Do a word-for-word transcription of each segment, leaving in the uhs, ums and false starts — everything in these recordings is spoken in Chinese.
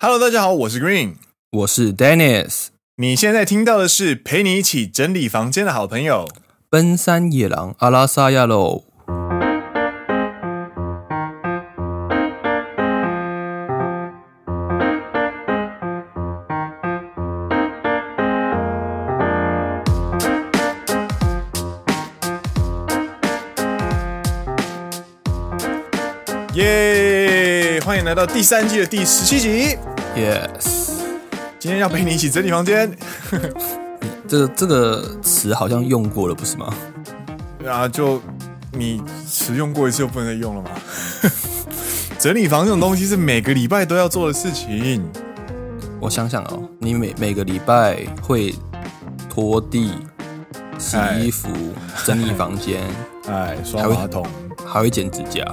Hello， 大家好，我是 Green， 我是 Dennis。 你现在听到的是陪你一起整理房间的好朋友—— 奔山野狼阿拉萨亚喽。 耶！欢迎来到第三季的第十七集。 Yes， 今天要陪你一起整理房间。 这个这个词好像用过了，不是吗？ 啊，就你使用过一次就不能再用了吗？整理房这种东西是每个礼拜都要做的事情。 我想想哦，你每每个礼拜会拖地、洗衣服、整理房间， 哎，刷马桶， 还会剪指甲。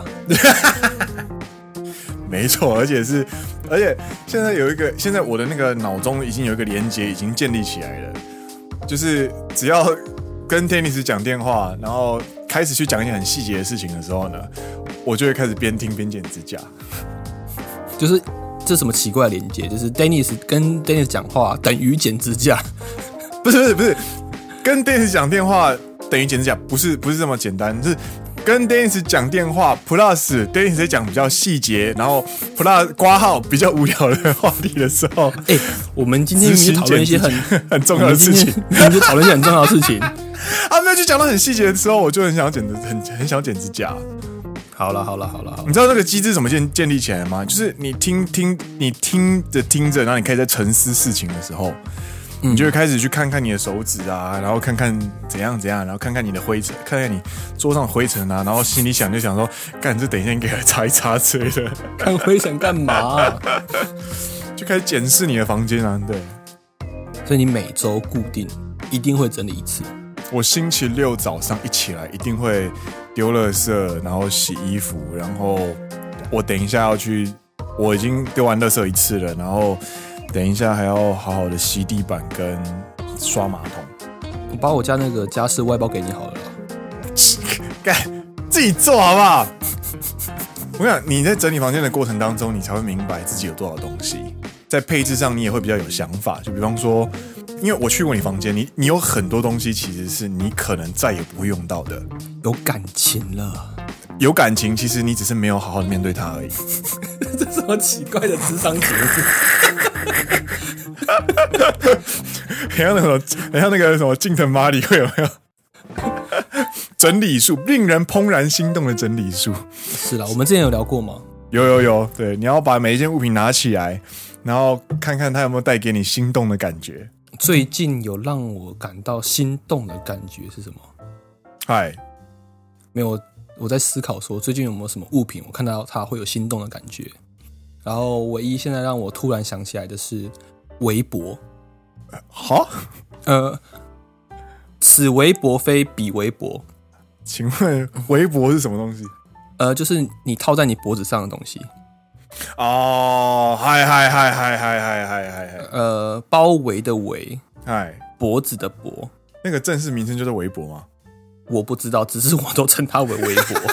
没错，而且是，而且现在有一个，现在我的那个脑中已经有一个连结已经建立起来了，就是只要跟 Dennis 讲电话，然后开始去讲一些很细节的事情的时候呢，我就会开始边听边剪指甲。 就是这什么奇怪的连结？就是 Dennis 跟 Dennis 讲话等于剪指甲？ 不是不是不是，跟 Dennis 讲电话等于剪指甲，不是不是这么简单，是。跟 Dennis 讲电话 ，Plus Dennis 在讲比较细节，然后 Plus 括号比较无聊的话题的时候， 哎、欸，我们今天就讨论一些很很重要的事情， 我们就讨论一些很重要的事情。 啊，没有去讲到很细节的时候，我就很想要剪很很想要剪指甲。 好了好了好了， 你知道那个机制怎么建建立起来吗？就是你听听你听着听着，然后你开始在沉思事情的时候。你就会开始去看看你的手指啊，然后看看怎样怎样，然后看看你的灰尘，看看你桌上的灰尘啊，然后心里想就想说，干这等一下你给它擦一擦之类的。 看灰尘干嘛、啊？ 就开始检视你的房间啊，对。 所以你每周固定一定会整理一次。 我星期六早上一起来一定会丢垃圾，然后洗衣服，然后我等一下要去，我已经丢完垃圾一次了，然后。等一下还要好好的吸地板跟刷马桶。 我把我家那个家事外包给你好了啦。 干，自己做好不好？我想你在整理房间的过程当中，你才会明白自己有多少东西。在配置上，你也会比较有想法。就比方说，因为我去过你房间，你你有很多东西其实是你可能再也不会用到的。 有感情了。 有感情，其实你只是没有好好的面对它而已。 这是什么奇怪的智商节目？ 很像那种，很像那个什么近藤麻里会有没有？整理术，令人怦然心动的整理术。 是啦，我们之前有聊过吗？ 有有有，对，你要把每一件物品拿起来，然后看看它有没有带给你心动的感觉。 最近有让我感到心动的感觉是什么？ 嗨， 没有。我在思考说，最近有没有什么物品，我看到它会有心动的感觉。然后，唯一现在让我突然想起来的是围脖。 好， 呃，此围脖非彼围脖。 请问围脖是什么东西？ 呃，就是你套在你脖子上的东西。 哦，嗨嗨嗨嗨嗨嗨嗨嗨， 呃，包围的围， 嗨， 脖子的脖。 那个正式名称就是围脖吗？ 我不知道，只是我都称它为围脖。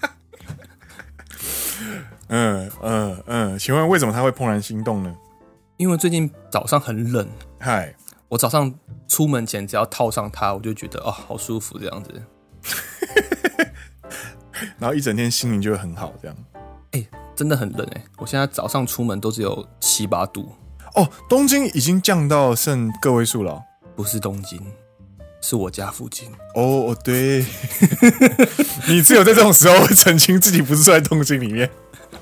嗯嗯嗯，请问为什么他会怦然心动呢？ 因为最近早上很冷， 嗨， 我早上出门前只要套上它，我就觉得哦，好舒服这样子。 然后一整天心情就会很好，这样。 哎、欸，真的很冷哎、欸！我现在早上出门都只有七八度。 哦，东京已经降到剩个位数了、哦。 不是东京。是我家附近哦哦，对，你只有在这种时候会澄清自己不是住在东京里面，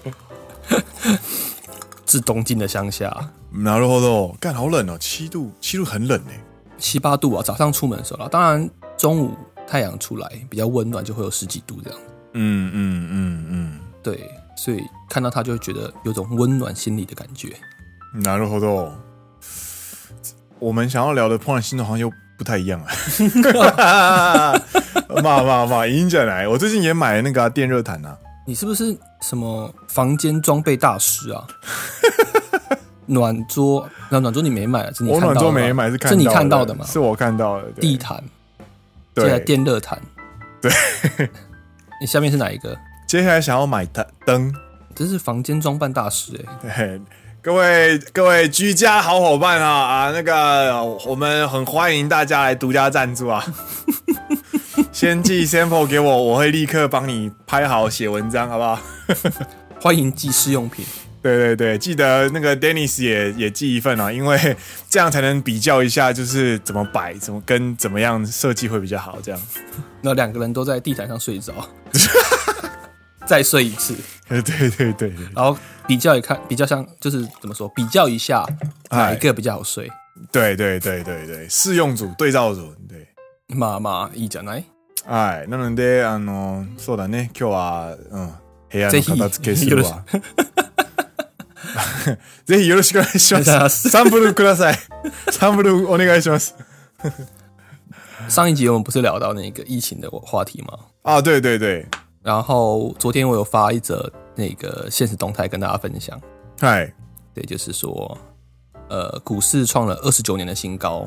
是东京的乡下。 なるほど，干好冷哦，七度，七度很冷哎， 七八度啊，早上出门的时候啦，当然中午太阳出来比较温暖，就会有十几度这样。 嗯嗯嗯嗯， 对，所以看到它就会觉得有种温暖心里的感觉。 なるほど，我们想要聊的怦然心动好像又。不太一样啊！嘛嘛嘛，迎着来！我最近也买了那个、啊、电热毯啊。 你是不是什么房间装备大师啊？暖桌，那暖桌你没买，是你看到的吗？ 我暖桌没买，是看到的， 是你看到的吗？ 是我看到的。 地毯， 对， 电热毯， 对。 你下面是哪一个？ 接下来想要买灯， 这是房间装扮大师哎、 欸。对， 各位各位居家好伙伴啊啊，那个我们很欢迎大家来独家赞助啊！先寄 sample 给我，我会立刻帮你拍好写文章，好不好？ 欢迎寄试用品。 对对对，记得那个 Dennis 也也寄一份啊，因为这样才能比较一下，就是怎么摆，怎么跟怎么样设计会比较好，这样。 那两个人都在地毯上睡着，再睡一次。 对对对对， 然后比较一看，比较像就是怎么说，比较一下哪一个比较好睡。 对对对对对，試用組、對照組、对。 まあまあいいじゃない。 はい、なのであのそうだね、今日はうん部屋の片付けするわ。ぜひよろしくお願いします。サンプルください。サンプルお願いします。 上一集我们不是聊到那个疫情的话题吗？ 啊，对对对。 然后昨天我有发一则那个现实动态跟大家分享。 嗨， 对，就是说，呃，股市创了二十九年的新高。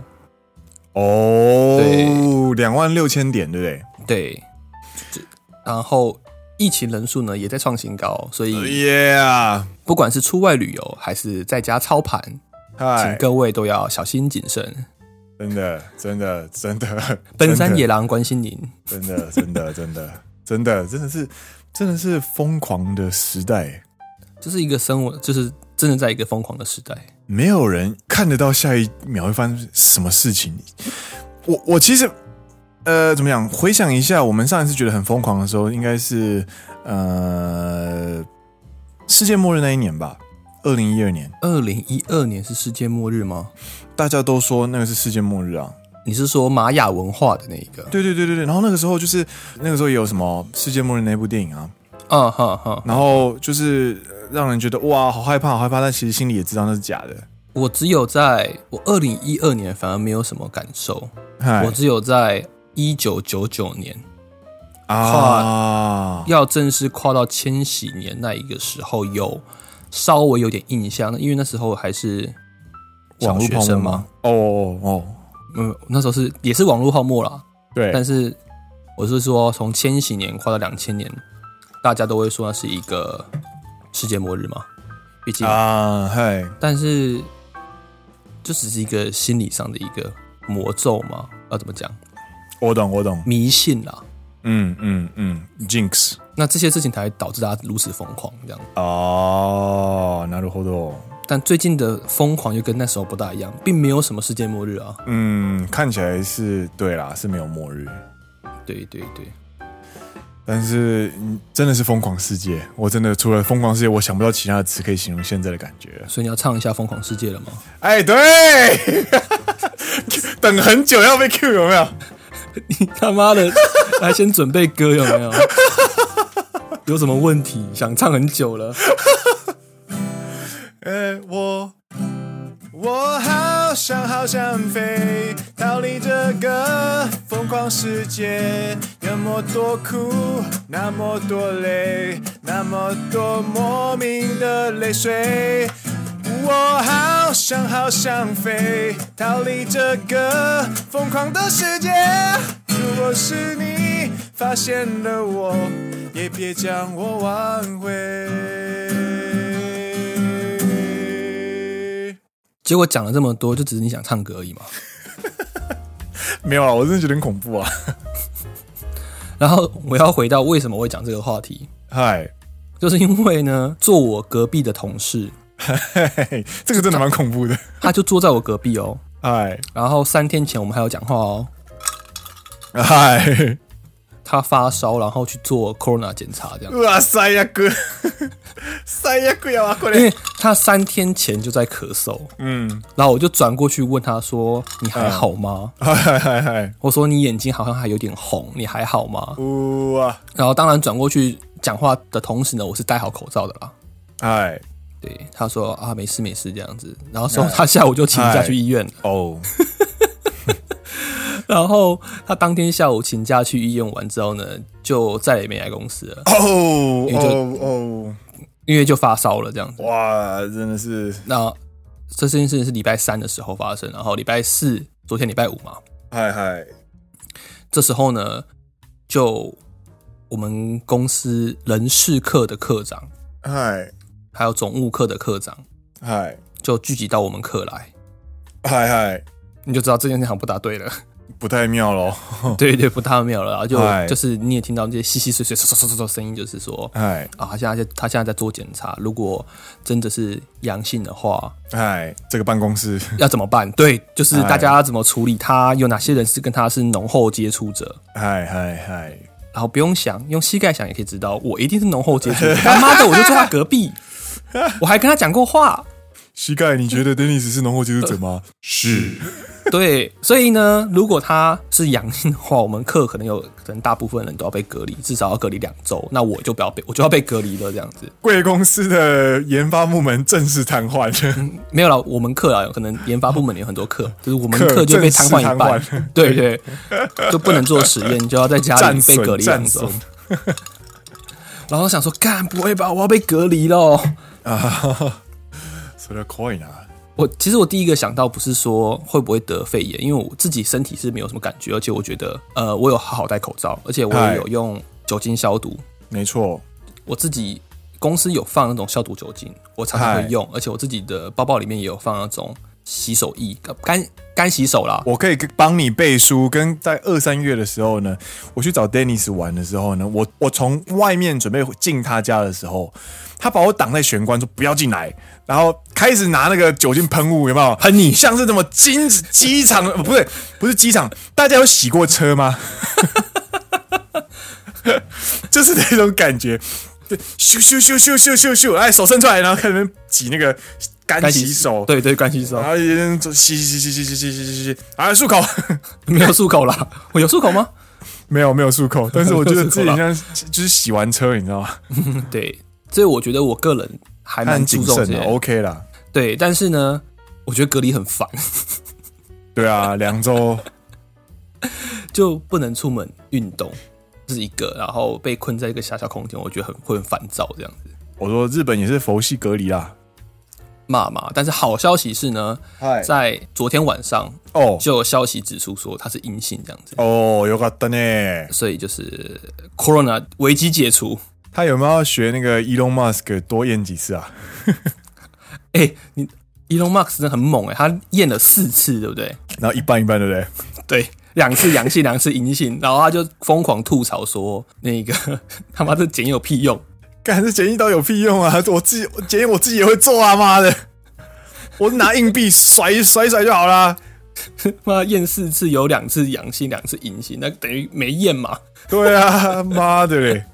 哦，两万六千点，对不对？ 对。然后疫情人数呢也在创新高，所以 ，Yeah， 不管是出外旅游还是在家操盘，请各位都要小心谨慎。 真的，真的，真的， 奔山野狼关心您。 真的，真的，真的，真的，真的是，真的是疯狂的时代。 这是一个生活，就是真的在一个疯狂的时代。 没有人看得到下一秒会发生什么事情。我我其实，呃，怎么讲？回想一下，我们上一次觉得很疯狂的时候，应该是呃世界末日那一年吧，二零一二年。 二零一二年是世界末日吗？ 大家都说那个是世界末日啊。 你是说玛雅文化的那一个？ 对对对对对。然后那个时候就是那个时候也有什么世界末日那部电影啊。 啊哈哈。 然后就是让人觉得哇，好害怕，好害怕，但其实心里也知道那是假的。 我只有在我二零一二年反而没有什么感受，我只有在一九九九年啊， 要正式跨到千禧年那一个时候有稍微有点印象，因为那时候还是小学生嘛。 哦哦哦， 嗯，那时候是也是网络泡沫啦。 对， 但是我是说从千禧年跨到两千年，大家都会说那是一个世界末日嘛，毕竟啊，嗨， 但是就只是一个心理上的一个魔咒嘛，要怎么讲？ 我懂，我懂， 迷信啦。 嗯嗯嗯 ，jinx。 那这些事情才导致大家如此疯狂，这样。 哦，なるほど。 但最近的疯狂就跟那时候不大一样，并没有什么世界末日啊。 嗯，看起来是对啦，是没有末日。 对对对。 但是真的是疯狂世界，我真的除了疯狂世界，我想不到其他的词可以形容现在的感觉。 所以你要唱一下疯狂世界了吗？ 哎，对，等很久要被 Q 有没有？ 你他妈的还先准备歌有没有？有什么问题？想唱很久了。 呃，我我好想好想飞，逃离这个疯狂世界。那么多苦，那么多累，那么多莫名的泪水。我好想好想飞，逃离这个疯狂的世界。如果是你发现了我，也别将我挽回。 结果讲了这么多，就只是你想唱歌而已嘛？ 没有啊，我真的觉得很恐怖啊。 然后我要回到为什么会讲这个话题。 嗨， 就是因为呢，坐我隔壁的同事， 这个真的蛮恐怖的。 他就坐在我隔壁哦。 嗨， 然后三天前我们还有讲话哦。 嗨， 他发烧，然后去做 corona 检查，这样。 哇，最悪，最悪やわこれ。 因为他三天前就在咳嗽，嗯，然后我就转过去问他说：“你还好吗？” 嗨嗨嗨， 我说：“你眼睛好像还有点红，你还好吗？” 哇， 然后当然转过去讲话的同时呢，我是戴好口罩的啦。 哎， 对，他说啊，没事没事这样子。然后说他下午就请假去医院了。 哦。 然后他当天下午请假去医院完之后呢，就再也没来公司了。 哦哦哦， 因为就发烧了这样子。 哇，真的是。 那这件事情是礼拜三的时候发生，然后礼拜四，昨天礼拜五嘛。 嗨嗨， 这时候呢，就我们公司人事课的课长， 嗨， 还有总务课的课长， 嗨， 就聚集到我们课来， 嗨嗨， 你就知道这件事情不大对了。 不太妙咯。 对对，不太妙了。然后就嗨就是你也听到这些稀稀碎碎、唰唰唰唰声音，就是说， 嗨啊，他现在在他现在在做检查，如果真的是阳性的话， 嗨，这个办公室要怎么办？对，就是大家要怎么处理他？有哪些人是跟他是浓厚接触者？ 嗨嗨嗨， 然后不用想，用膝盖想也可以知道，我一定是浓厚接触者。他妈的，我就坐他隔壁，我还跟他讲过话。 膝盖，你觉得 Dennis 是浓厚接触者吗？是。 对，所以呢，如果他是阳性的话，我们课可能有可能大部分人都要被隔离，至少要隔离两周。那我就不要被，我就要被隔离了，这样子。 贵公司的研发部门正式瘫痪。 嗯，没有了，我们课啊，可能研发部门有很多课，就是我们课就被瘫痪一半。对对，就不能做实验，就要在家里被隔离两周。然后想说，干不会吧，我要被隔离了啊！それは怖いな。 我其实我第一个想到不是说会不会得肺炎，因为我自己身体是没有什么感觉，而且我觉得呃我有好好戴口罩，而且我也有用酒精消毒。 没错， 我自己公司有放那种消毒酒精，我常常会用，而且我自己的包包里面也有放那种洗手液，干干洗手啦。 我可以帮你背书。跟在二三月的时候呢，我去找 Dennis 玩的时候呢，我我从外面准备进他家的时候，他把我挡在玄关，说不要进来，然后开始拿那个酒精喷雾，有没有？ 喷你， 像是什么机机场，不对，不是机场，大家有洗过车吗？就是那种感觉，对，咻咻咻咻咻咻咻，哎，手伸出来，然后开始挤那个干洗手， 对对，干洗手， 然后洗洗洗洗洗洗洗洗洗，啊，漱口， 没有漱口啦，我有漱口吗？ 没有没有漱口，但是我觉得自己像就是洗完车，你知道吗？ 对，所以我觉得我个人还蛮注重这些 ，OK 啦。 对，但是呢，我觉得隔离很烦。 对啊，两周就不能出门运动，这是一个，然后被困在一个狭小空间，我觉得很会很烦躁这样子。 我说日本也是佛系隔离啦， 骂嘛。但是好消息是呢，在昨天晚上哦，就有消息指出说他是阴性这样子。 哦，よかったね。 所以就是 Corona 危机解除。 他有没有要学那个 Elon Musk 多验几次啊？ 哎、欸，你 Elon Musk 真的很猛哎、欸，他验了四次，对不对？ 然后一半一半，对不对？ 对，两次阳性，两次阴性，然后他就疯狂吐槽说，那个他妈这检验有屁用？ 干这检验刀有屁用啊！我自己检验我自己也会做啊，妈的！我拿硬币甩甩甩就好啦。 妈验四次，有两次阳性，两次阴性，那等于没验嘛？ 对啊，妈的嘞！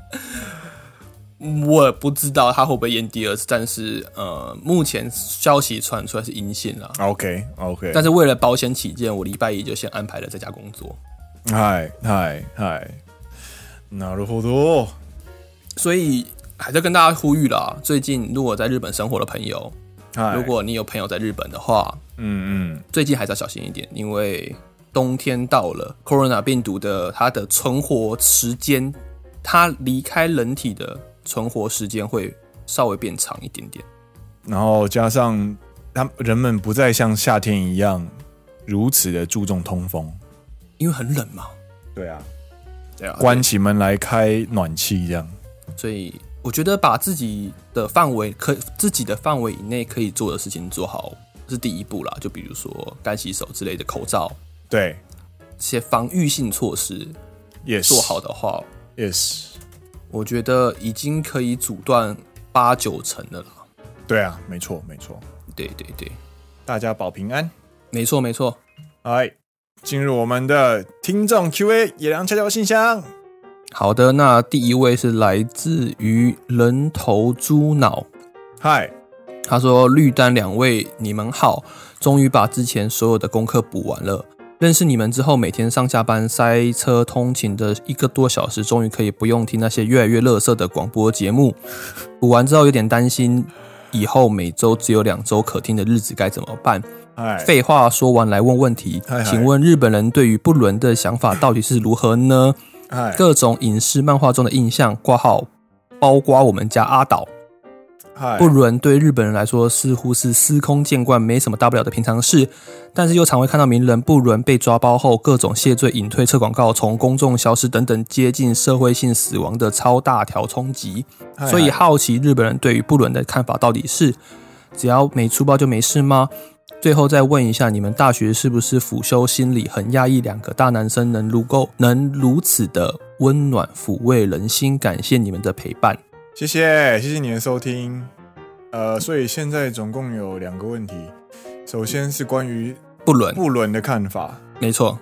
我不知道他会不会验第二次，但是呃，目前消息传出来是阴性啦。 OK OK， 但是为了保险起见，我礼拜一就先安排了在家工作。 嗨嗨嗨，なるほど。 所以还在跟大家呼吁啦，最近如果在日本生活的朋友，如果你有朋友在日本的话，嗯嗯，最近还是要小心一点，因为冬天到了 ，Corona 病毒的它的存活时间，它离开人体的存活时间会稍微变长一点点， 然后加上他人们不再像夏天一样如此的注重通风， 因为很冷嘛。 对啊， 对啊， 关起门来开暖气这样。 所以我觉得把自己的范围可自己的范围以内可以做的事情做好是第一步啦。就比如说干洗手之类的，口罩， 对， 这些防御性措施， yes， 做好的话 ，yes， 我觉得已经可以阻断八九成了啦。 对啊，没错没错， 对对对， 大家保平安， 没错没错。 来，进入我们的听众 Q A 野良悄悄信箱。 好的，那第一位是来自于人头猪脑， 嗨， 他说：“绿丹两位，你们好，终于把之前所有的功课补完了。认识你们之后，每天上下班塞车通勤的一个多小时，终于可以不用听那些越来越垃圾的广播节目。补完之后有点担心，以后每周只有两周可听的日子该怎么办？废话说完，来问问题。请问日本人对于不伦的想法到底是如何呢？各种影视漫画中的印象挂号，包括我们家阿岛。不伦对日本人来说似乎是司空见惯，没什么大不了的平常事，但是又常会看到名人不伦被抓包后各种谢罪、隐退、撤广告、从公众消失等等，接近社会性死亡的超大条冲击。所以好奇日本人对于不伦的看法到底是只要没出包就没事吗？最后再问一下，你们大学是不是辅修心理？很讶异两个大男生能如够能如此的温暖抚慰人心，感谢你们的陪伴。 谢谢，谢谢你的收听。呃，所以现在总共有两个问题，首先是关于不伦不伦的看法。 没错。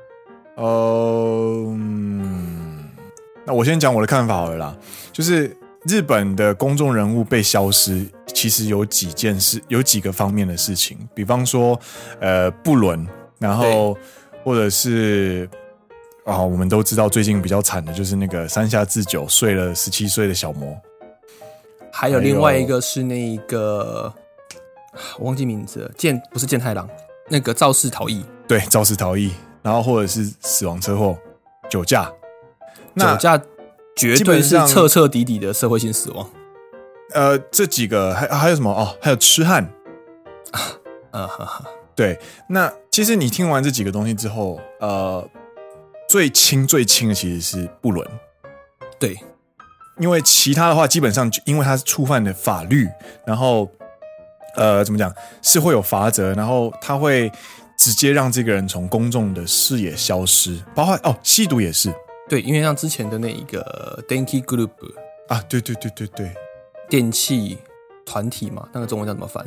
呃、嗯，那我先讲我的看法好了啦，就是日本的公众人物被消失，其实有几件事，有几个方面的事情，比方说，呃，不伦，然后或者是啊，我们都知道最近比较惨的就是那个山下智久睡了十七岁的小魔， 还有另外一个是那个我忘记名字了，健不是健太郎，那个肇事逃逸， 对，肇事逃逸，然后或者是死亡车祸、酒驾， 酒驾。绝对是彻彻底底的社会性死亡。 呃，这几个还还有什么哦？还有痴汉。 啊哈哈。 对，那其实你听完这几个东西之后，呃，最轻最轻的其实是不伦。 对， 因为其他的话，基本上因为它是触犯的法律，然后呃，怎么讲是会有罚则，然后它会直接让这个人从公众的视野消失，包括哦，吸毒也是。 对，因为像之前的那一个 Denki Group 啊，对对对对对， 电器团体嘛，那个中文叫怎么翻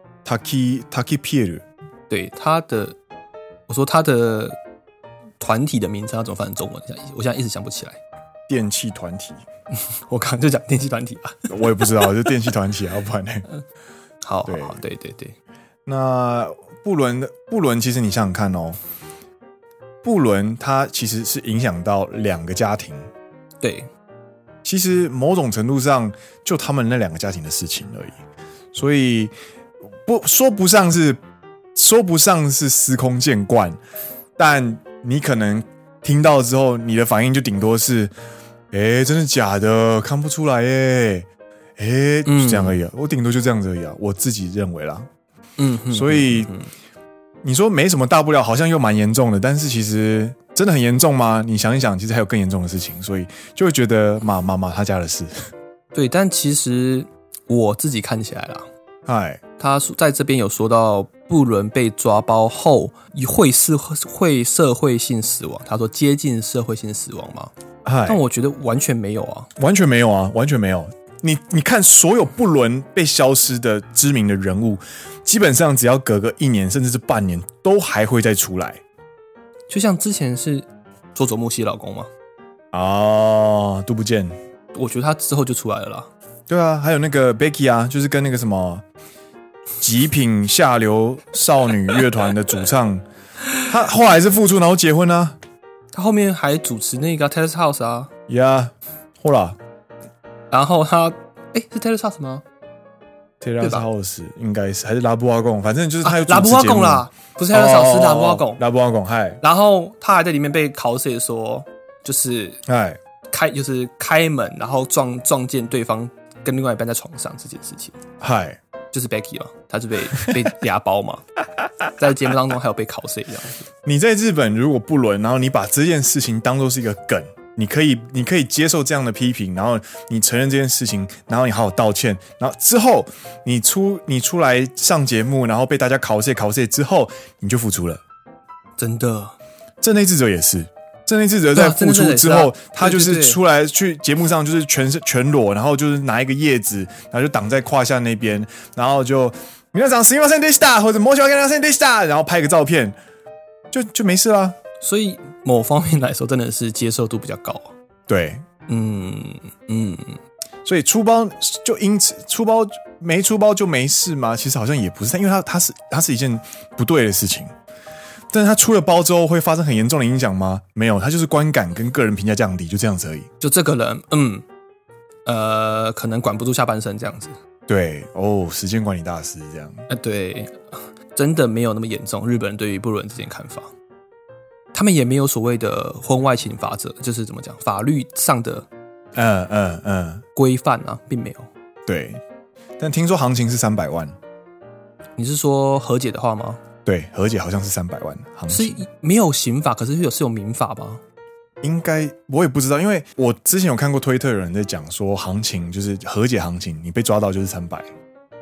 ？Taki Taki Pierre， 对，他的，我说他的团体的名称要怎么翻成中文？我现在一时想不起来。 电器团体， 我刚刚就讲电器团体吧。 我也不知道，就电器团体啊，不然呢？ 好，好，好，对对对。 那不伦的不伦，其实你想想看哦。不伦它其实是影响到两个家庭， 对， 其实某种程度上就他们那两个家庭的事情而已，所以不说不上是说不上是司空见惯，但你可能听到之后，你的反应就顶多是，哎，真的假的？看不出来耶，哎，就这样而已、啊嗯。我顶多就这样子而已啊，我自己認為啦，嗯，所以。嗯嗯你說沒什麼大不了，好像又蠻嚴重的，但是其實真的很嚴重嗎？你想一想，其實還有更嚴重的事情，所以就會覺得嘛嘛嘛他家的事。對， 但其實我自己看起來啦， 嗨， 他在這邊有說到不倫被抓包後會是會社會性死亡，他說接近社會性死亡嘛，但我覺得完全沒有啊， 完全沒有啊，完全沒有。你你看，所有不倫被消失的知名的人物，基本上只要隔個一年，甚至是半年，都還會再出來。 就像之前是佐佐木希老公嘛， 哦，都不見， 我覺得他之後就出來了啦。 對啊，還有那個 Becky 啊，就是跟那個什麼極品下流少女樂團的主唱，他後來是復出，然後結婚啊。 他後面還主持那個 Terrace House 啊。 呀，後來。 然後他，哎，是 Terrace House 嗎 ？Terrace House 應該是，還是拉布瓦貢？反正就是他有主持節目。 拉布瓦貢啦，不是 Terrace House，是拉布瓦貢。 拉布瓦貢，嗨。 然後他還在裡面被考試說，就是嗨開，就是開門，然後撞撞見對方跟另外一半在床上這件事情。 嗨， 就是 Becky 嘛，他是被被壓包嘛，在節目當中還有被考試這樣子。 你在日本如果不倫，然後你把這件事情當作是一個梗。你可以，你可以接受這樣的批評，然後你承認這件事情，然後你好好道歉，然後之後你出你出來上節目，然後被大家考試考試之後，你就復出了。 真的， 陣內智則也是，陣內智則在復出之後，他就是出來去節目上就是全全裸，然後就是拿一個葉子，然後就擋在胯下那邊，然後就皆さんすみませんでした或者申し訳ありませんでした，然後拍個照片，就就沒事啦。 所以某方面來說，真的是接受度比較高。 對， 嗯嗯， 所以出包就因此出包沒出包就沒事嗎？其實好像也不是，因為它它是它是一件不對的事情。但是它出了包之後會發生很嚴重的影響嗎？沒有，它就是觀感跟個人評價降低，就這樣子而已。 就這個人，嗯，呃，可能管不住下半身這樣子。 對，哦，時間管理大師這樣。 呃，對，真的沒有那麼嚴重。日本人對於不倫這件看法。他們也沒有所謂的婚外情法則，就是怎麼講，法律上的嗯嗯嗯規範啊，並沒有。 對，但聽說行情是三百萬。 你是說和解的話嗎？ 對，和解好像是三百萬行情。 是沒有刑法，可是有是有民法嗎？ 應該我也不知道，因為我之前有看過推特有人在講說，行情就是和解行情，你被抓到就是三百。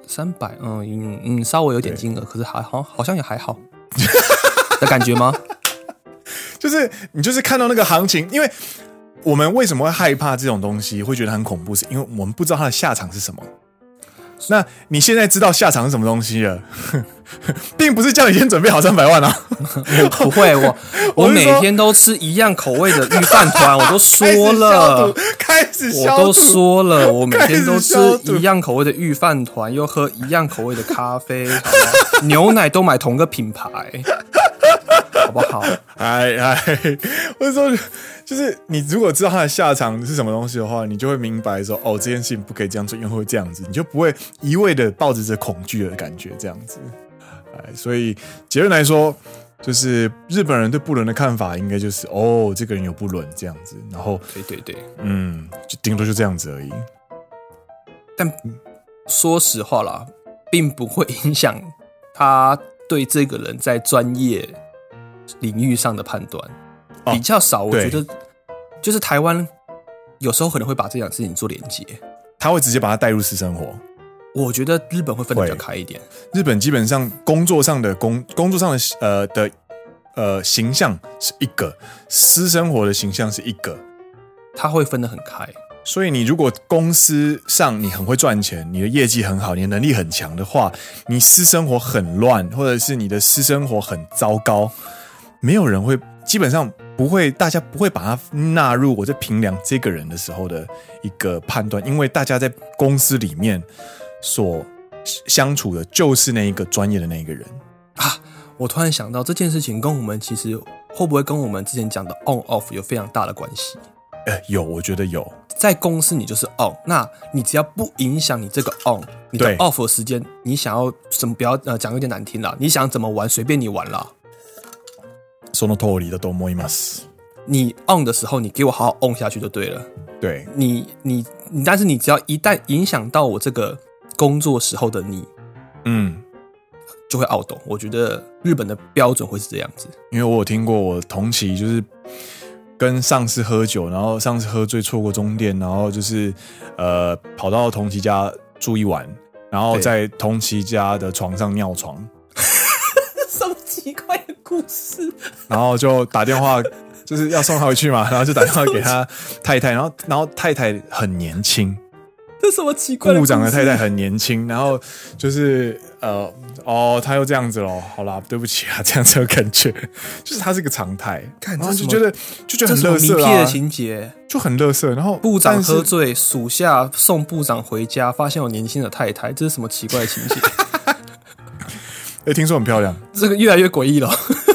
三百，嗯嗯嗯，稍微有点金额，可是还好好像也还好的感觉吗？ 就是你就是看到那个行情，因为我们为什么会害怕这种东西，会觉得很恐怖，是因为我们不知道它的下场是什么。那你现在知道下场是什么东西了，并不是叫你先准备好三百万啊！ 不会，我我每天都吃一样口味的御饭团，我都说了， 开始消毒， 我都说了，我每天都吃一样口味的御饭团，又喝一样口味的咖啡，好吗？牛奶都买同个品牌，好不好？ 哎哎，我说。就是你如果知道它的下场是什么东西的话，你就会明白说，哦，这件事情不可以这样做，因为会这样子，你就不会一味的抱着着恐惧的感觉这样子。哎，所以结论来说，就是日本人对不伦的看法应该就是，哦，这个人有不伦这样子，然后对对对， 嗯，就顶多就这样子而已。 但说实话啦，并不会影响他对这个人在专业领域上的判断。比较少，我觉得就是台湾有时候可能会把这两事情做连结， 他会直接把它带入私生活。 我觉得日本会分得比较开一点。 日本基本上工作上的工工作上的呃的呃形象是一个，私生活的形象是一个， 他会分得很开。 所以你如果公司上你很会赚钱，你的业绩很好，你的能力很强的话，你私生活很乱，或者是你的私生活很糟糕，没有人会。基本上不会，大家不会把它纳入我在评量这个人的时候的一个判断，因为大家在公司里面所相处的就是那一个专业的那一个人啊。我突然想到这件事情跟我们其实会不会跟我们之前讲的 on off 有非常大的关系？ 呃，有，我觉得有。 在公司你就是 on， 那你只要不影响你这个 on， 你的 off 的时间，你想要怎么不要呃讲有点难听啦，你想怎么玩随便你玩啦。 その通りだと思います。 你 on 的时候，你给我好好 on 下去就对了。 对， 你你你，但是你只要一旦影响到我这个工作时候的你， 嗯， 就会懊斗。我觉得日本的标准会是这样子， 因为我有听过我同期就是跟上司喝酒，然后上司喝醉错过终点，然后就是呃跑到同期家住一晚，然后在同期家的床上尿床。 什么奇怪的故事？ 然后就打电话，就是要送他回去嘛，然后就打电话给他太太，然后然后太太很年轻， 这什么奇怪的故事？ 部长的太太很年轻，然后就是呃哦，他又这样子咯，好啦，对不起啊，这样子的感觉，就是他是个常态，然后就觉得就觉得很垃圾啊， 的情节就很垃圾。然后部长喝醉，属下送部长回家，发现有年轻的太太，这是什么奇怪的情节？ 哎、欸，听说很漂亮， 这个越来越诡异了。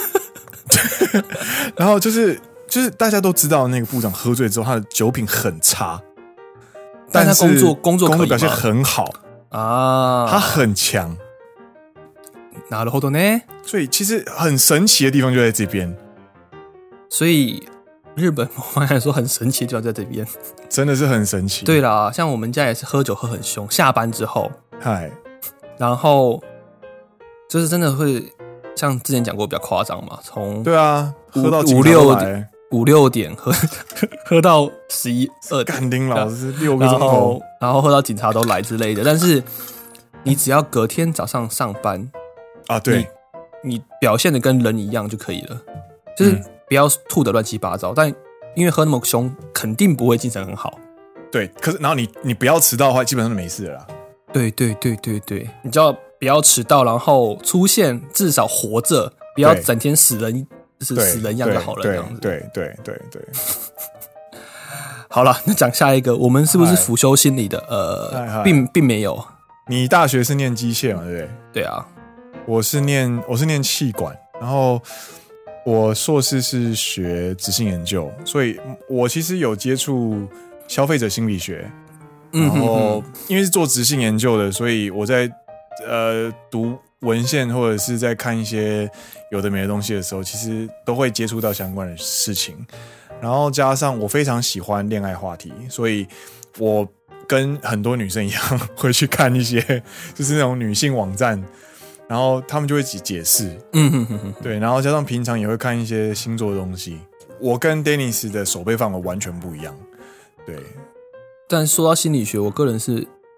然后就是就是大家都知道，那个部长喝醉之后，他的酒品很差， 但他工作工作工作表现很好啊， 他很强。 なるほどね。 所以其实很神奇的地方就在这边。 所以日本我刚才说很神奇的地方在这边， 真的是很神奇。 对啦，像我们家也是喝酒喝很凶，下班之后， 嗨， 然后。就是真的会像之前讲过比较夸张嘛，从对啊，喝到五六点五六点喝喝到十一二点， 干丁老师六个钟头， 然后喝到警察都来之类的。但是你只要隔天早上上班啊，对， 你, 你表现的跟人一样就可以了，就是不要吐得乱七八糟。但因为喝那么凶，肯定不会精神很好。 对，可是然后你你不要迟到的话，基本上就没事了啦。 对对对对对，你就要不要迟到，然后出现至少活着，不要整天死人，是死人样就好了，这样子。 对对对对对。 好了，那讲下一个，我们是不是辅修心理的？呃，并并没有。 你大学是念机械嘛，对不对？ 对啊， 我是念我是念企管，然后我硕士是学质性研究，所以我其实有接触消费者心理学。然后因为是做质性研究的，所以我在呃读文献或者是在看一些有的没的东西的时候，其实都会接触到相关的事情。然后加上我非常喜欢恋爱话题，所以我跟很多女生一样会去看一些就是那种女性网站，然后他们就会解释，嗯哼哼哼，对，然后加上平常也会看一些星座的东西。我跟 Dennis 的手背范围完全不一样，对。 但说到心理学，我个人是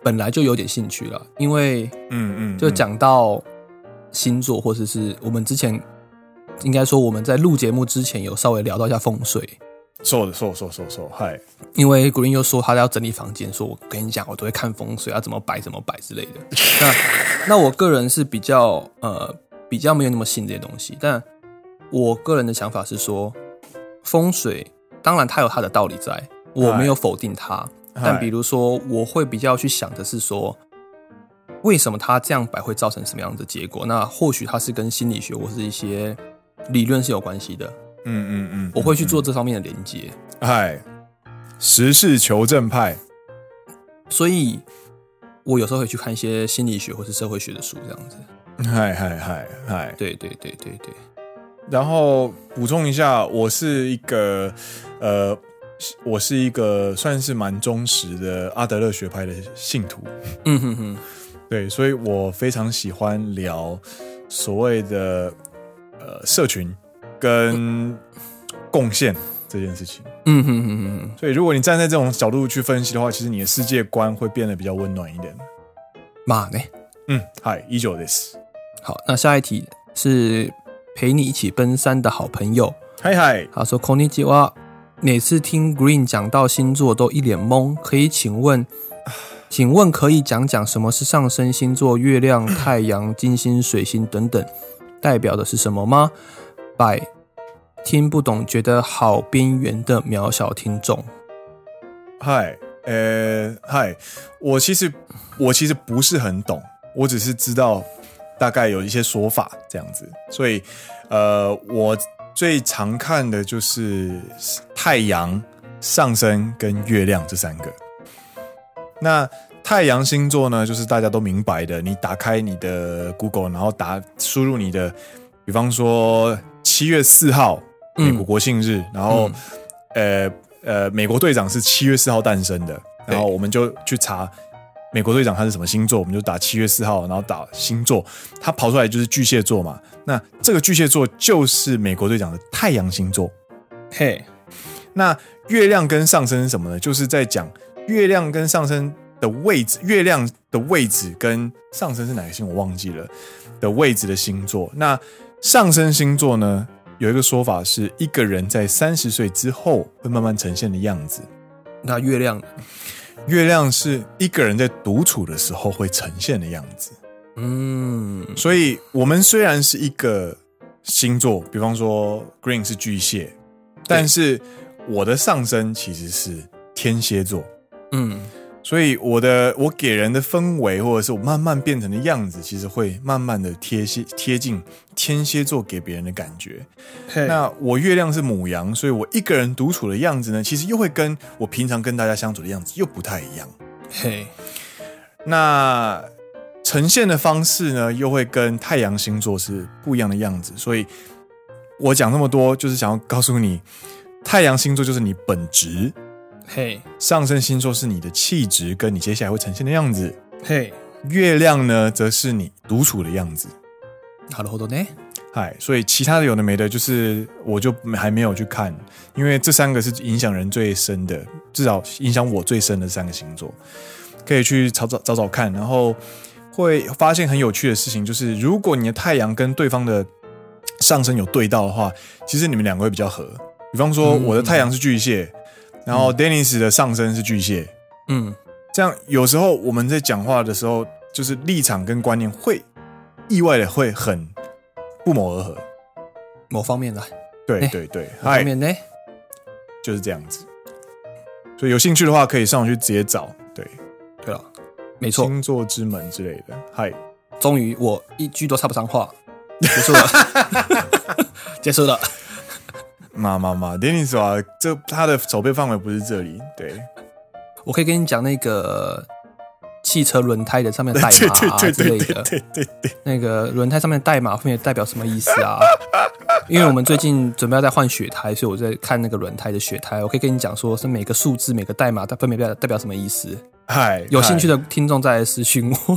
本来就有点兴趣了，因为嗯嗯， 就讲到星座，或者是我们之前应该说我们在录节目之前有稍微聊到一下风水。 そう的，そうそうそうそう，嗨。 因为 Green 又说他要整理房间，说我跟你讲，我都会看风水，要怎么摆怎么摆之类的。那那我个人是比较呃比较没有那么信这些东西，但我个人的想法是说，风水当然它有它的道理在，我没有否定它。但比如说，我会比较去想的是说，为什么他这样摆会造成什么样的结果？那或许它是跟心理学或是一些理论是有关系的。 嗯嗯嗯， 我会去做这方面的连接。 嗨，实事求证派。 所以我有时候会去看一些心理学或是社会学的书，这样子。 嗨嗨嗨嗨， 对对对对对。 然后补充一下，我是一个呃，我是一个算是蛮忠实的阿德勒学派的信徒。 嗯哼哼， 对，所以我非常喜欢聊所谓的呃社群跟贡献这件事情。 嗯哼哼哼， 所以如果你站在这种角度去分析的话，其实你的世界观会变得比较温暖一点。 嘛呢？ 嗯，嗨，依旧です。 好，那下一题是陪你一起奔山的好朋友。 嗨嗨， 他说：“こんにちは，每次听 Green 讲到星座都一脸懵，可以请问，请问可以讲讲什么是上升星座、月亮、太阳、金星、水星等等，代表的是什么吗？拜。”听不懂，觉得好边缘的渺小听众。 嗨，呃，嗨，我其实我其实不是很懂，我只是知道大概有一些说法这样子，所以呃，我最常看的就是太阳、上升跟月亮这三个。那太阳星座呢，就是大家都明白的，你打开你的 Google， 然后打输入你的，比方说七月四号。美国国庆日，嗯、然后、嗯、呃呃，美国队长是七月四号诞生的，然后我们就去查美国队长他是什么星座，我们就打七月四号，然后打星座，他跑出来就是巨蟹座嘛。那这个巨蟹座就是美国队长的太阳星座。 嘿， 那月亮跟上升是什么呢？就是在讲月亮跟上升的位置，月亮的位置跟上升是哪个星我忘记了的位置的星座。那上升星座呢？有一个说法是，一个人在三十岁之后会慢慢呈现的样子。 那月亮呢？ 月亮是一个人在独处的时候会呈现的样子。 嗯， 所以我们虽然是一个星座，比方说 Green 是巨蟹，但是我的上升其实是天蝎座。嗯。所以我的我给人的氛围，或者是我慢慢变成的样子，其实会慢慢的贴贴近天蝎座给别人的感觉。那我月亮是牡羊，所以我一个人独处的样子呢，其实又会跟我平常跟大家相处的样子又不太一样。 嘿， 那呈现的方式呢，又会跟太阳星座是不一样的样子。所以我讲那么多，就是想要告诉你，太阳星座就是你本质。 嘿， hey, 上升星座是你的气质跟你接下来会呈现的样子。 嘿， hey, 月亮呢，则是你独处的样子。 なるほどね。 嗨，所以其他的有的没的，就是我就还没有去看，因为这三个是影响人最深的，至少影响我最深的三个星座，可以去找找找找看，然后会发现很有趣的事情，就是如果你的太阳跟对方的上升有对到的话，其实你们两个会比较合。比方说，我的太阳是巨蟹。嗯然后 Dennis 的上升是巨蟹，嗯，这样有时候我们在讲话的时候，就是立场跟观念会意外的会很不谋而合， 某方面的， 对对对， 某方面呢就是这样子。所以有兴趣的话，可以上网去直接找，对对了，没错， 星座之门之类的。嗨， 终于我一句都插不上话，结束了，结束了。 妈妈妈 ，Dennis 啊，这他的手背范围不是这里。对， 我可以跟你讲那个汽车轮胎的上面的代码啊之类的， 对对对， 那个轮胎上面的代码分别代表什么意思啊？因为我们最近准备要再换雪胎，所以我在看那个轮胎的雪胎。我可以跟你讲说，是每个数字、每个代码它分别代表什么意思。 嗨， 有兴趣的听众再来私讯我。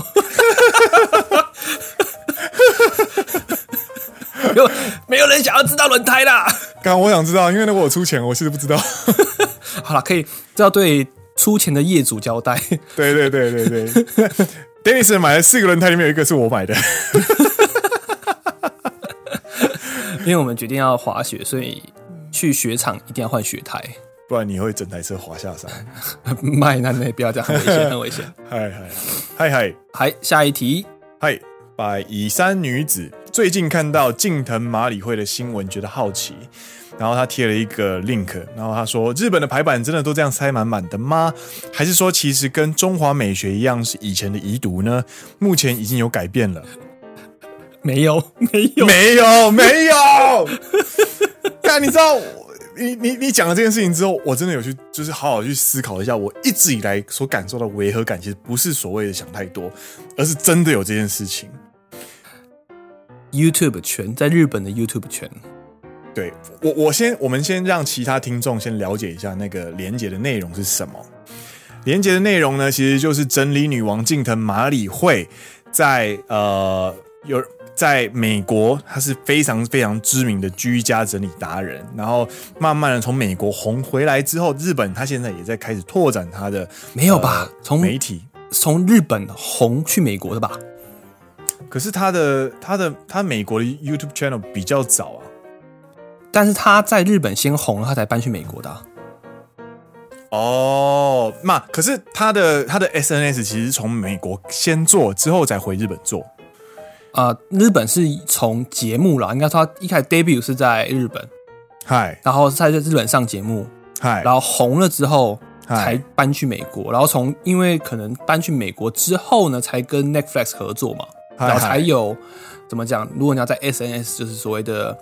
没有，没有人想要知道轮胎啦。 刚刚我想知道，因为那我有出钱，我其实不知道。 好啦，可以，这要对出钱的业主交代。 对对对对对，Dennis 买了四个轮胎，里面有一个是我买的。 因为我们决定要滑雪，所以去雪场一定要换雪胎， 不然你会整台车滑下山。 卖那那不要这样，很危险，很危险。 嗨嗨嗨嗨， 还下一题， 嗨，百乙山女子最近看到近藤麻里惠的新闻，觉得好奇，然后他贴了一个 link， 然后他说：日本的排版真的都这样塞满满的吗？还是说其实跟中华美学一样是以前的遗毒呢？目前已经有改变了。 没有，没有， 没有，没有。看，你知道，你你你讲了这件事情之后，我真的有去，就是好好去思考一下，我一直以来所感受到违和感，其实不是所谓的想太多，而是真的有这件事情。 YouTube 圈，在日本的 YouTube 圈， 对，我我先，我们先让其他听众先了解一下那个连结的内容是什么。连结的内容呢，其实就是整理女王近藤麻里惠在呃有。在美国，他是非常非常知名的居家整理达人，然后慢慢的从美国红回来之后，日本他现在也在开始拓展他的没有吧？从、 呃、媒体从日本红去美国的吧？ 可是他的他的他美国的 YouTube channel 比较早啊， 但是他在日本先红了，他才搬去美国的、啊。 哦，那可是他的他的 S N S 其实从美国先做，之后再回日本做。 啊、呃，日本是从节目啦，应该说他一开始 debut 是在日本， 嗨， 然后在日本上节目， 嗨， 然后红了之后才搬去美国，然后从因为可能搬去美国之后呢，才跟 Netflix 合作嘛，然后才有怎么讲？如果你要在 S N S 就是所谓的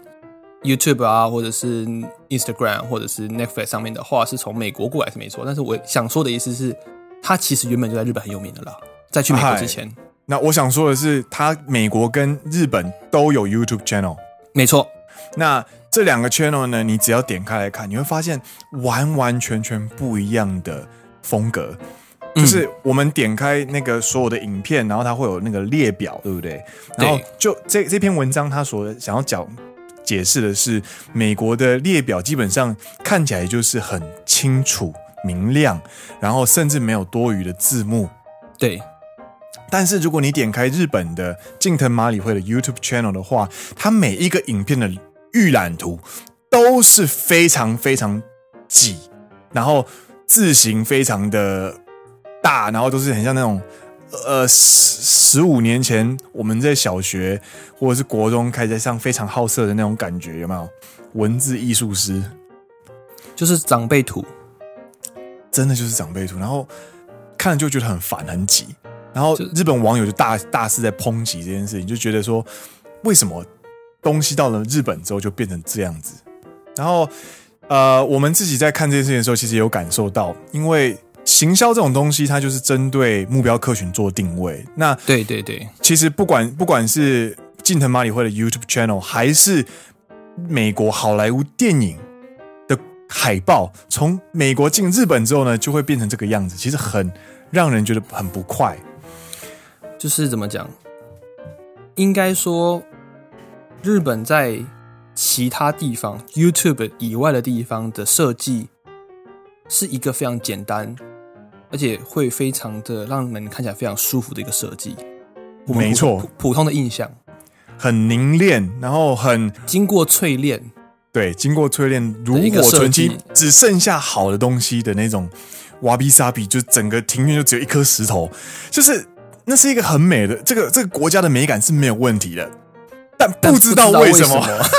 YouTube 啊，或者是 Instagram 或者是 Netflix 上面的话，是从美国过来是没错，但是我想说的意思是，他其实原本就在日本很有名的啦，在去美国之前。 那我想说的是，他美国跟日本都有 YouTube channel， 没错。 那这两个 channel 呢，你只要点开来看，你会发现完完全全不一样的风格。嗯、就是我们点开那个所有的影片，然后它会有那个列表，对不对？然后就这这篇文章，他所想要讲解释的是，美国的列表基本上看起来就是很清楚明亮，然后甚至没有多余的字幕。 对。 但是如果你点开日本的近藤麻里惠的 YouTube channel 的话，它每一个影片的预览图都是非常非常挤，然后字形非常的大，然后都是很像那种呃十五年前我们在小学或者是国中开始在上非常好色的那种感觉，有没有？文字艺术师就是长辈图， 真的就是长辈图，然后看了就觉得很烦很挤。然后日本网友就大大肆在抨击这件事情，就觉得说，为什么东西到了日本之后就变成这样子？然后，呃，我们自己在看这件事情的时候，其实也有感受到，因为行销这种东西，它就是针对目标客群做定位。那对对对， 其实不管不管是近藤麻里惠的 YouTube channel， 还是美国好莱坞电影的海报，从美国进日本之后呢，就会变成这个样子，其实很让人觉得很不快。 就是怎么讲？应该说，日本在其他地方 YouTube 以外的地方的设计是一个非常简单，而且会非常的让人看起来非常舒服的一个设计。 没错， 普, 普通的印象， 很凝练，然后很经过淬炼， 对，经过淬炼，炉火纯青，只剩下好的东西的那种瓦比萨比，就整个庭院就只有一颗石头，就是。那是一个很美的，这个这个国家的美感是没有问题的，但不知道为什么, 什么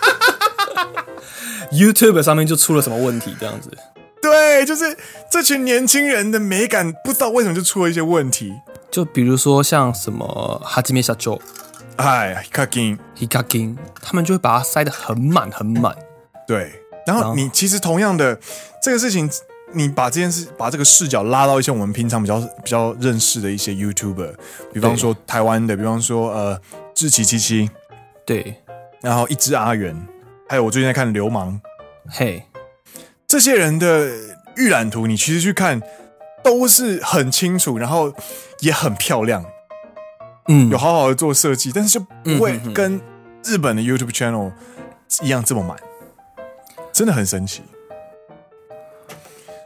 YouTube 上面就出了什么问题这样子。 对，就是这群年轻人的美感不知道为什么就出了一些问题。 就比如说像什么哈基米社長、 哎 Hikakin Hikakin， 他们就会把它塞得很满很满。 对，然后你其实同样的这个事情。你把这件事，把这个视角拉到一些我们平常比较比较认识的一些 YouTuber， 比方说台湾的，比方说呃志祺七七， 对， 然后一只阿元，还有我最近在看流氓， 嘿， 这些人的预览图，你其实去看都是很清楚，然后也很漂亮，嗯，有好好的做设计，但是就不会跟日本的 YouTube channel 一样这么满，真的很神奇。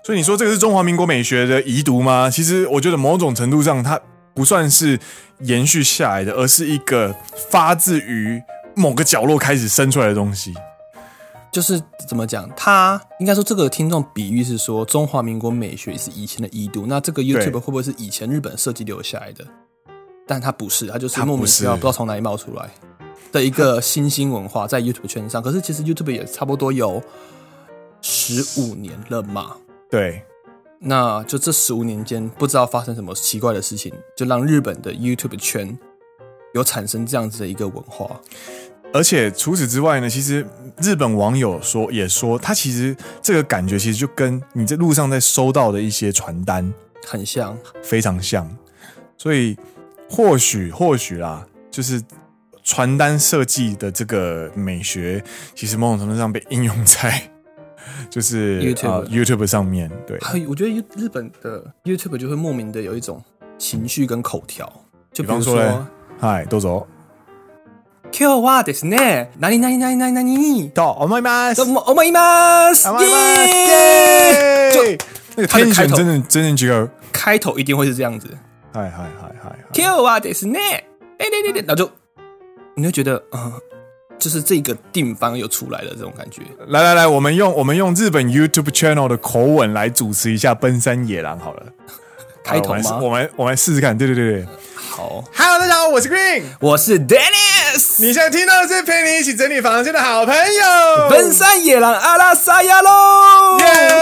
所以你说这个是中华民国美学的遗毒吗？其实我觉得某种程度上它不算是延续下来的，而是一个发自于某个角落开始生出来的东西。 就是怎么讲，他应该说这个听众比喻是说中华民国美学是以前的遗毒，那这个 YouTube 会不会是以前日本设计留下来的？但它不是，它就是莫名其妙不知道从哪里冒出来的一个新兴文化在 YouTube 圈上。可是其实 YouTube 也差不多有十五年了嘛。 对， 那就这十五年间，不知道发生什么奇怪的事情，就让日本的 YouTube 圈有产生这样子的一个文化。 而且除此之外呢，其实日本网友说也说，他其实这个感觉其实就跟你在路上在收到的一些传单很像， 非常像。所以或许或许啦，就是传单设计的这个美学，其实某种程度上被应用在就是 YouTube、 呃、YouTube 上面。对， 我觉得日本的 YouTube 就会莫名的有一种情绪跟口条，就比如说， 嗨，どうぞ。 今日はですね、何々何々何と思います。 と思います。 思います。耶！就那个天选真的真的觉得开头一定会是这样子。 嗨嗨嗨嗨。 今日はですね，对对对对，然后就你会觉得，嗯，就是这个定番又出来了这种感觉。 来来来，我们用我们用日本 YouTube channel 的口吻来主持一下奔山野狼好了。 开头吗？ 我们我们试试看。对对对对。 好 ，Hello， 大家好，我是 Green， 我是 Dennis。 你现在听到的是陪你一起整理房间的好朋友， 奔山野狼阿拉萨亚喽！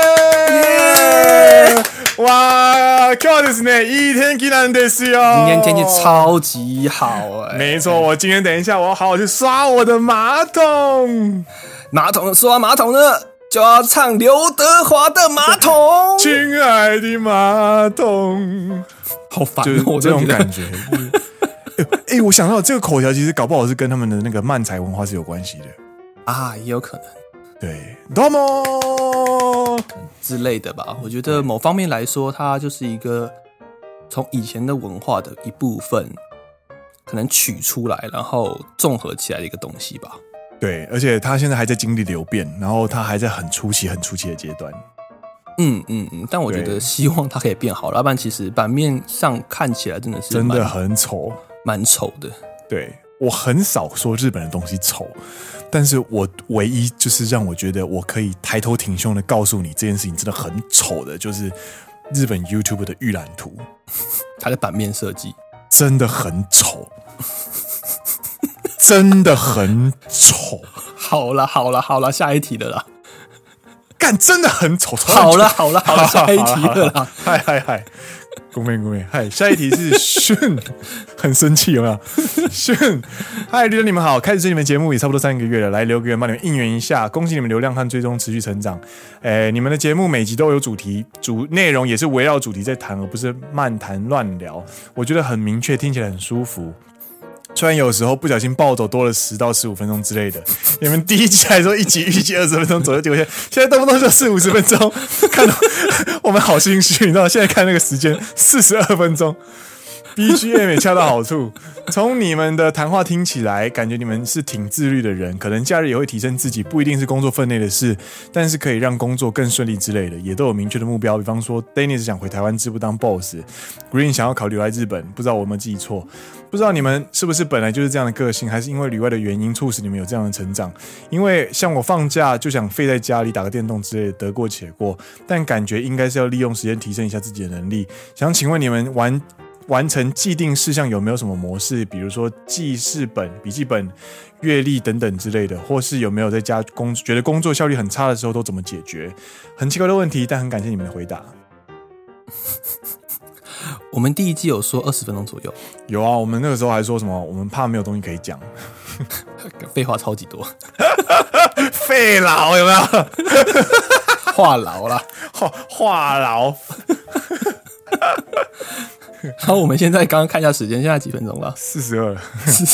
耶！哇，今日ですね、いい天気なんですよ。 今天天气超级好哎、欸。 没错，我今天等一下我要好好去刷我的马桶。 马桶刷马桶呢，就要唱刘德华的《马桶》。 亲爱的马桶， 好烦、 就是哦， 这种感觉。哎、欸，我想到这个口条，其实搞不好是跟他们的那个漫才文化是有关系的啊，也有可能。 对，どうも之类的吧。我觉得某方面来说，它就是一个从以前的文化的一部分，可能取出来，然后综合起来的一个东西吧。 对，而且它现在还在经历流变，然后它还在很初期、很初期的阶段。 嗯嗯嗯，但我觉得希望它可以变好，要不然其实版面上看起来真的是真的很丑， 蛮丑的。 对，我很少说日本的东西丑，但是我唯一就是让我觉得我可以抬头挺胸的告诉你这件事情真的很丑的，就是日本 YouTube 的预览图， 它的版面设计真的很丑，真的很丑。 好了好了好了，下一题了啦。 干，真的很丑。 好了好了好了，下一题了啦。 嗨嗨嗨，公妹公妹，嗨，下一题是炫，很生气有没有？炫，嗨，绿灯你们好，开始追你们节目也差不多三个月了，来留个言帮你们应援一下，恭喜你们流量和追踪持续成长。诶，你们的节目每集都有主题，主内容也是围绕主题在谈，而不是漫谈乱聊，我觉得很明确，听起来很舒服。虽然有时候不小心暴走多了十到十五分钟之类的，你们第一集还说一集预计二十分钟左右，结果现在动不动就四五十分钟，看到我们好心虚，你知道现在看那个时间四十二分钟 ，B G M 也恰到好处。从你们的谈话听起来，感觉你们是挺自律的人，可能假日也会提升自己，不一定是工作分内的事，但是可以让工作更顺利之类的，也都有明确的目标。比方说 ，Dennis 想回台湾支部当 boss，Green 想要考虑来日本，不知道我有没有记错。不知道你们是不是本来就是这样的个性，还是因为旅外的原因促使你们有这样的成长？因为像我放假就想废在家里打个电动之类的，得过且过，但感觉应该是要利用时间提升一下自己的能力。想请问你们完完成既定事项有没有什么模式？比如说记事本、笔记本、阅历等等之类的，或是有没有在家工觉得工作效率很差的时候都怎么解决？很奇怪的问题，但很感谢你们的回答。 我们第一季有说二十分钟左右， 有啊，我们那个时候还说什么，我们怕没有东西可以讲， 废话超级多， 废老有没有？ 话痨啦， 话话痨。 然后我们现在刚刚看一下时间，现在几分钟了？ 四十二。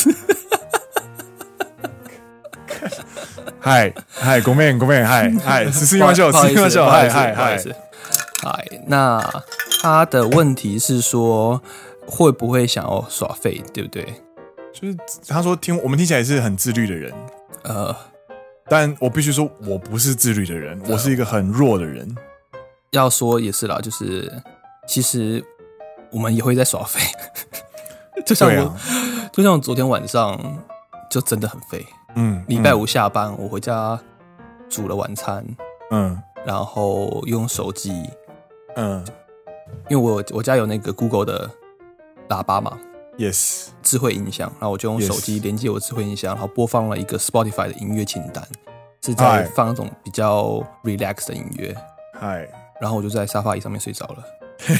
嗨嗨，公妹公妹，嗨嗨，十四万秀，十四万秀，嗨嗨嗨嗨。那他的问题是说，会不会想要耍废，对不对？ 就是他说听我们听起来是很自律的人，呃，但我必须说，我不是自律的人，我是一个很弱的人。 要说也是啦，就是其实我们也会在耍废，就像我、啊，就像我昨天晚上就真的很废。嗯，礼拜五下班，我回家煮了晚餐，嗯，然后用手机，嗯，因为我我家有那个 Google 的喇叭嘛 ，yes， 智慧音响，然后我就用手机连接我智慧音响，然后播放了一个 Spotify 的音乐清单，是在放那种比较 relax 的音乐， 嗨， 然后我就在沙发椅上面睡着了。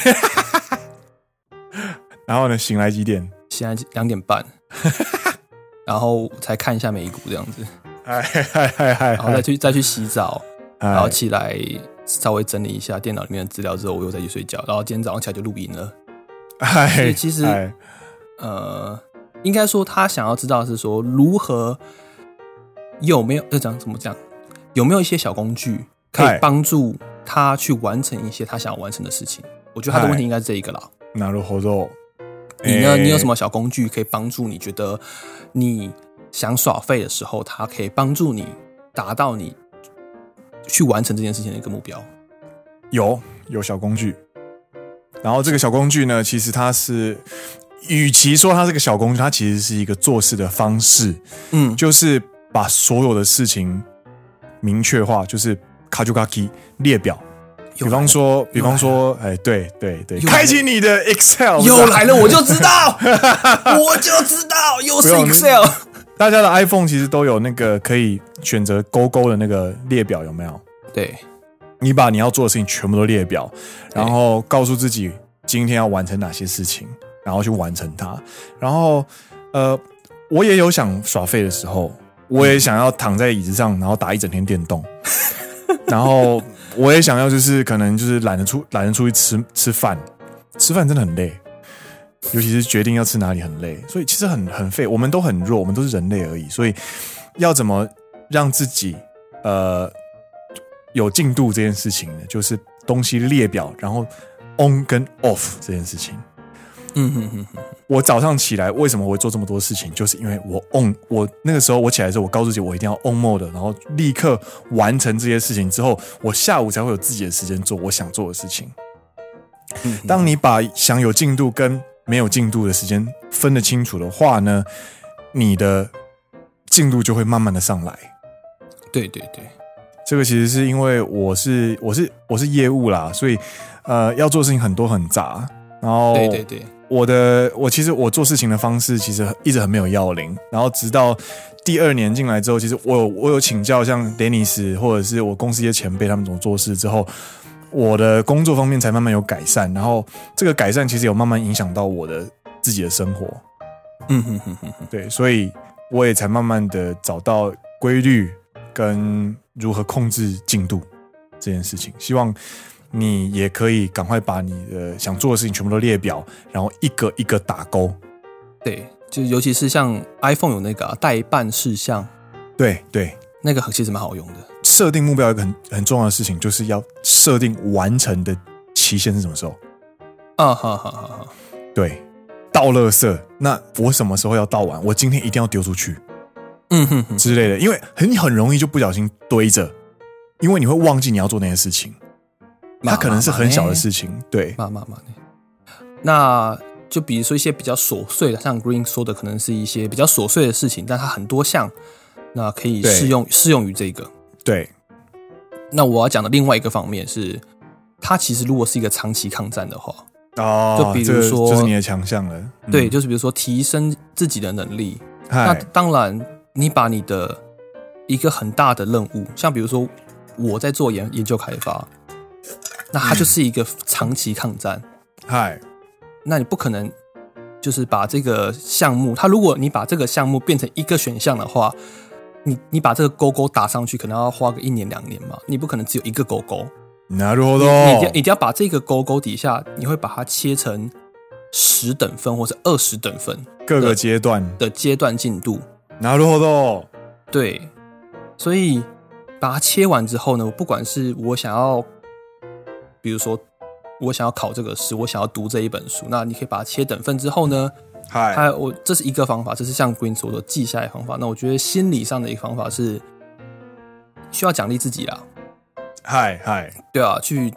然后呢，醒来几点？ 醒来两点半。然后才看一下美股这样子，然后再去再去洗澡，然后起来稍微整理一下电脑里面的资料之后，我又再去睡觉。然后今天早上起来就录音了。所以其实呃，应该说他想要知道的是说如何有没有要讲怎么讲，有没有一些小工具可以帮助他去完成一些他想要完成的事情。我觉得他的问题应该是这一个啦。 なるほど。 你呢？你有什么小工具可以帮助你觉得你想耍废的时候，它可以帮助你达到你去完成这件事情的一个目标？ 有有小工具，然后这个小工具呢，其实它是，与其说它是个小工具，它其实是一个做事的方式。嗯，就是把所有的事情明确化，就是卡住卡基列表。比方说，比方说，哎，对对对，开启你的 Excel， 又来了，我就知道，我就知道，又是 Excel。 大家的 iPhone 其实都有那个可以选择勾勾的那个列表，有没有？ 对， 你把你要做的事情全部都列表，然后告诉自己今天要完成哪些事情，然后去完成它。然后，呃，我也有想耍废的时候，我也想要躺在椅子上，然后打一整天电动，然后。我也想要，就是可能就是懒得出懒得出去吃吃饭，吃饭真的很累，尤其是决定要吃哪里很累，所以其实很很废。我们都很弱，我们都是人类而已，所以要怎么让自己呃有进度这件事情呢？就是东西列表，然后 on 跟 off 这件事情。嗯哼哼哼，我早上起来为什么我会做这么多事情？就是因为我 on， 我那个时候我起来的时候，我告诉自己我一定要 on mode， 然后立刻完成这些事情之后，我下午才会有自己的时间做我想做的事情。当你把想有进度跟没有进度的时间分得清楚的话呢，你的进度就会慢慢的上来。 对对对， 这个其实是因为我是我是我是业务啦，所以呃要做的事情很多很杂，然后对对对。 我的我其实我做事情的方式其实一直很没有要领，然后直到第二年进来之后，其实我有我有请教像 Dennis 或者是我公司一些前辈他们怎么做事之后，我的工作方面才慢慢有改善，然后这个改善其实有慢慢影响到我的自己的生活。嗯哼哼哼，对，所以我也才慢慢的找到规律跟如何控制进度这件事情，希望。你也可以赶快把你的想做的事情全部都列表，然后一个一个打勾。 对，就尤其是像 iPhone 有那个、啊、待办事项， 对对， 那个其实蛮好用的。 设定目标有一个很很重要的事情，就是要设定完成的期限是什么时候。 啊哈哈哈哈！ 对，倒垃圾，那我什么时候要倒完？我今天一定要丢出去，嗯哼哼之类的，因为很很容易就不小心堆着，因为你会忘记你要做那些事情。它可能是很小的事情，对， 慢慢慢。那就比如说一些比较琐碎的，像 Green 说的，可能是一些比较琐碎的事情，但它很多项，那可以适用适用于这个。 对。 那我要讲的另外一个方面是，它其实如果是一个长期抗战的话， 哦，就比如说，这就是你的强项了。 嗯、对，就是比如说提升自己的能力。那当然，你把你的一个很大的任务，像比如说我在做研研究开发。那它就是一个长期抗战， 嗨、嗯， 那你不可能就是把这个项目，它如果你把这个项目变成一个选项的话，你你把这个勾勾打上去，可能要花个一年两年嘛，你不可能只有一个勾勾。 なるほど， 你一定要一定要把这个勾勾底下，你会把它切成十等分或者二十等分， 各个阶段的阶段进度。 なるほど， 对，所以把它切完之后呢，不管是我想要。比如说，我想要考这个试，我想要读这一本书，那你可以把它切等份之后呢， 嗨， 还有我这是一个方法，这是像 Green 所说的记下来的方法。那我觉得心理上的一个方法是需要奖励自己啦， 嗨嗨， 对啊，去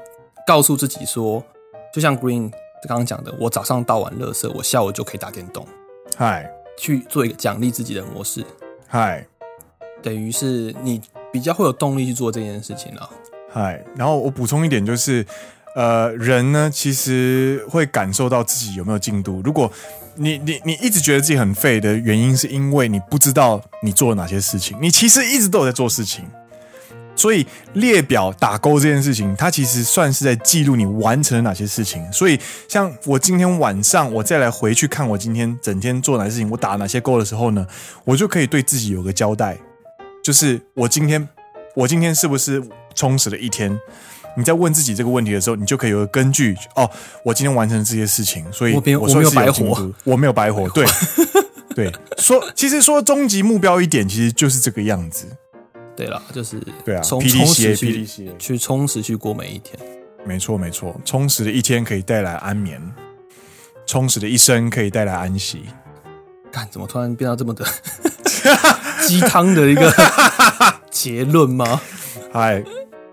告诉自己说，就像 Green 刚刚讲的，我早上倒完垃圾，我下午就可以打电动， 嗨， 去做一个奖励自己的模式， 嗨， 等于是你比较会有动力去做这件事情了。 嗨，然后我补充一点就是，呃，人呢其实会感受到自己有没有进度。如果你你你一直觉得自己很废的原因，是因为你不知道你做了哪些事情，你其实一直都有在做事情。所以列表打勾这件事情，它其实算是在记录你完成了哪些事情。所以像我今天晚上我再来回去看我今天整天做哪些事情，我打了哪些勾的时候呢，我就可以对自己有个交代，就是我今天我今天是不是充实了一天？你在问自己这个问题的时候，你就可以有个根据。哦，我今天完成了这些事情，所以我我没有白活， 我没有白活。对对，说其实说终极目标一点，其实就是这个样子。 对啦，就是对啊， 充充实去去充实去过每一天。 没错没错，充实的一天可以带来安眠，充实的一生可以带来安息。 干，怎么突然变到这么的鸡汤的一个结論吗？ はい。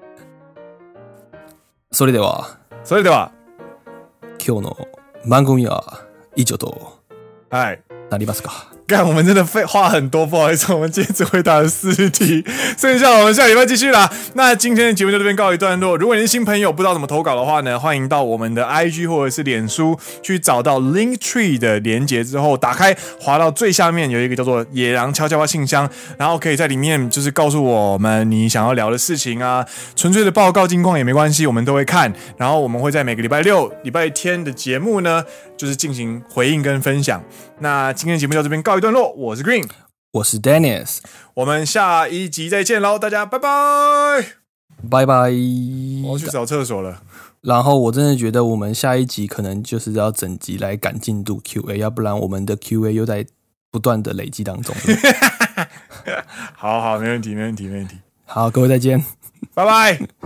それでは、 それでは、 今日の番組は以上となりますか。 干，我们真的废话很多，不好意思，我们今天只回答了四题，剩下我们下礼拜继续啦。那今天的节目就这边告一段落。如果你是新朋友，不知道怎么投稿的话呢，欢迎到我们的 I G 或者是脸书去找到 Linktree 的连结之后，打开滑到最下面有一个叫做野狼悄悄话信箱，然后可以在里面就是告诉我们你想要聊的事情啊，纯粹的报告近况也没关系，我们都会看。然后我们会在每个礼拜六、礼拜天的节目呢，就是进行回应跟分享。那今天的节目到这边告一段落，我是 Green， 我是 Dennis， 我们下一集再见喽，大家拜拜， 拜拜。 我要去找厕所了。 然后我真的觉得我们下一集可能就是要整集来赶进度 Q A， 要不然我们的 Q A 又在不断的累积当中。 好好，没问题，没问题，没问题。 好，各位再见， 拜拜。